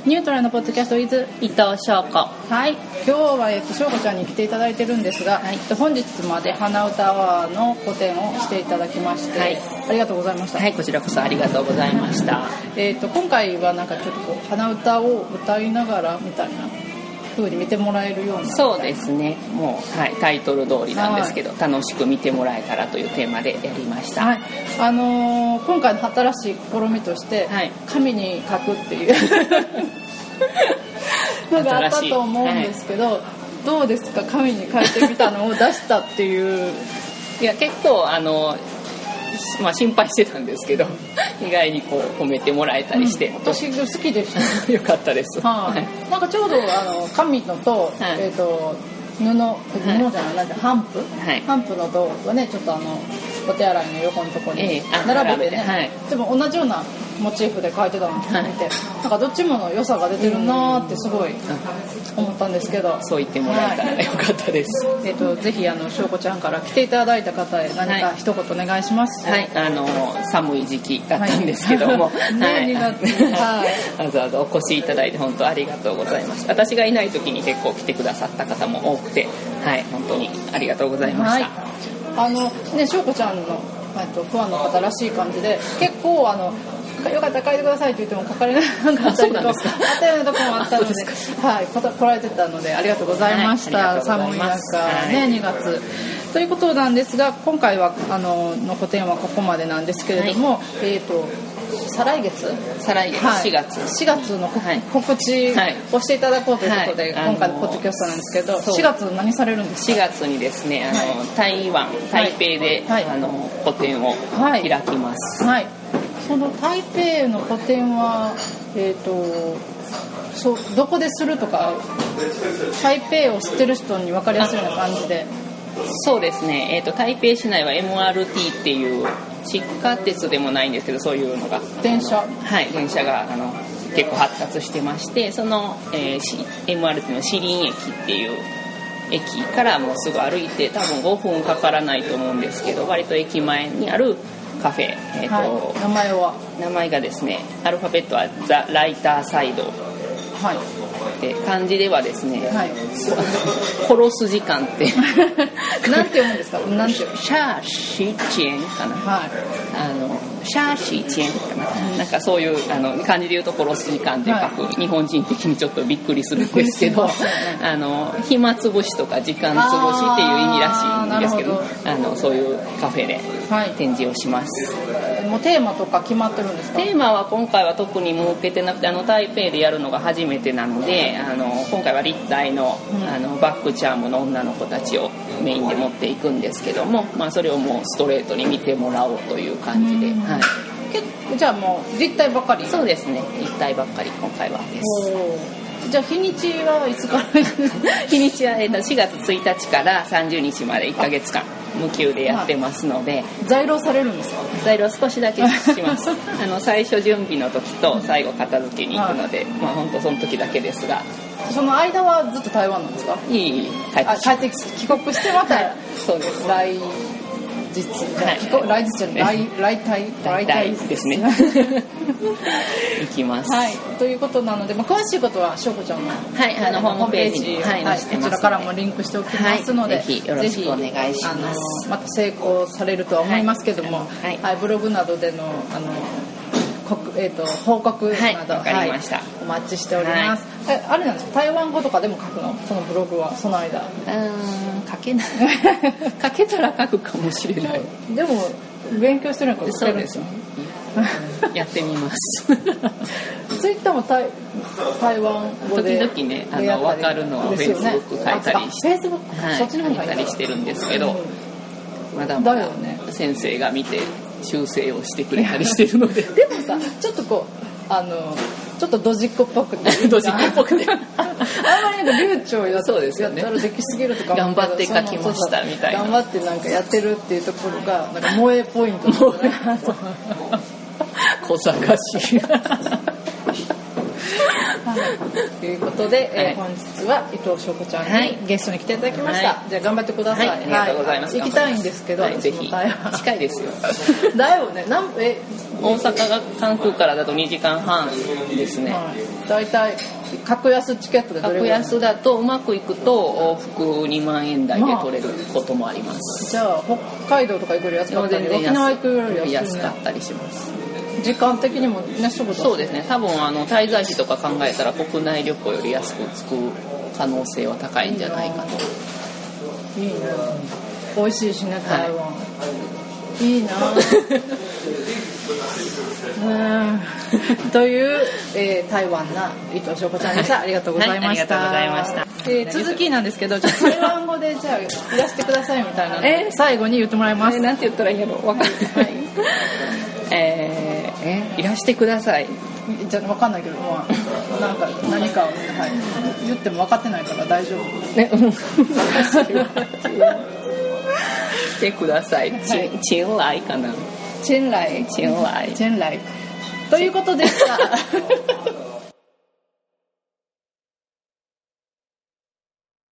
ニュートラルのポッドキャスト with 伊藤翔子。 はい、今日は翔子ちゃんに来ていただいてるんですが、本日まで鼻歌アワーの個展をしていただきまして、ありがとうございました。 はい、こちらこそありがとうございました。 今回はなんかちょっとこう鼻歌を歌いながらみたいな風に見てもらえるような。 そうですね、もう、はい、タイトル通りなんですけど、楽しく見てもらえたらというテーマでやりました。 はい、今回の新しい試みとして、紙に書くっていうのがあったと思うんですけど、どうですか、紙に書いてみたのを出したっていう。 いや、結構心配してたんですけど意外にこう褒めてもらえたりして、 私好きでしたよかったです。 なんかちょうど紙のと、布じゃない、ハンプの道具がね、ちょっとお手洗いの横のところに並べてね、でも同じようなモチーフで描いてたのを見て、なんかどっちもの良さが出てるなってすごい思ったんですけど、 そう言ってもらえたらよかったです。 ぜひ翔子ちゃんから来ていただいた方へ何か一言お願いします。 はい、寒い時期だったんですけども、わざわざお越しいただいて本当ありがとうございます。私がいない時に結構来てくださった方も多くて、はい、本当にありがとうございました。 翔子ちゃんのファンの方らしい感じで、結構よかったら書いてくださいと言っても書かれなかったりとかあったようなところもあったので、来られてたのでありがとうございました。寒い中ね、2月ということなんですが、今回はの個展はここまでなんですけれども、再来月4月の告知をしていただこうということで、今回のポッドキャストなんですけど、4月何されるんですか ？4月にですね、台北で個展を開きます。 その台北の個展はどこでするとか、台北を知ってる人に分かりやすいような感じで。 そうですね、台北市内は MRT っていう地下鉄でもないんですけど、そういうのが電車が結構発達してまして、その、MRT の士林駅っていう駅からもうすぐ歩いて多分5分かからないと思うんですけど、割と駅前にあるカフェ、名前がですね、アルファベットはザ・ライターサイド、漢字ではですね、殺す時間ってなんて読むんですか？なんてシャーシーチェンかな、シャーシーチェンかな、なんかそういう漢字で言うと殺す時間って書く、日本人的にちょっとびっくりするんですけど、暇つぶしとか時間つぶしっていう意味らしいんですけど、そういうカフェで展示をします。 もうテーマとか決まってるんですか？ テーマは今回は特に設けてなくて、台北でやるのが初めてなので、今回は立体の、バックチャームの女の子たちをメインで持っていくんですけども、それをもうストレートに見てもらおうという感じで、 じゃあもう立体ばっかり？ そうですね、立体ばっかり今回はです。 じゃあ日にちはいつから日にちは4月1日から30日まで1ヶ月間無給でやってますので。 在労されるんですか？ 在労少しだけします最初準備の時と最後片付けに行くので、本当その時だけですが。 その間はずっと台湾なんですか？ いい、帰って帰国してまたそうです、 来日じゃない来台ですね行きます。 ということなので、詳しいことは翔子ちゃんのホームページに載せてますので、 こちらからもリンクしておきますので、 ぜひよろしくお願いします。 また成功されるとは思いますけども、ブログなどでの報告など、お待ちしております。あれなんですか、台湾語とかでも書くの？そのブログはその間書けない書けたら書くかもしれない。 でも勉強してるのか。 そうですやってみますツイッターも台湾語で時々ね、分かるのはフェイスブック書いたりして、 そっちの方が書いたりしてるんですけど、まだまだ先生が見て修正をしてくれたりしてるのででもさ、ちょっとこうちょっとドジっ子っぽくてドジっ子っぽくてあんまり流暢やったらできすぎるとか頑張って書きましたみたいな、 頑張ってなんかやってるっていうところがなんか萌えポイントだなと小賢しいということで、 はい、 本日は伊藤翔子ちゃんはいにゲストに来ていただきました、 はじゃあ頑張ってください、 はい、ありがとうございます、 行きたいんですけど、 ぜひ台湾近いですよだよね大阪が関空からだと2時間半ですね、 だいたい格安チケットでどれぐらい？ 格安だとうまくいくと往復2万円台で取れることもあります、 じゃあ北海道とか行くより安かったり沖縄行くより安かったりします。 時間的にもねすぐだ。 そうですね、多分滞在費とか考えたら国内旅行より安くつく可能性は高いんじゃないかと。 いいね、美味しいしね台湾、はい、いいなという、台湾な伊藤翔子ちゃんでした、ありがとうございました、 はい、ありがとうございました。 続きなんですけど、台湾語でじゃあいらしてくださいみたいな最後に言ってもらいます。 なんて言ったらいいんやろ、わかるいらしてくださいじゃあ分かんないけど、まあ、なんか何かを、はい、言っても分かってないから大丈夫ね来てください、チンライかな、 チンライチンライということでした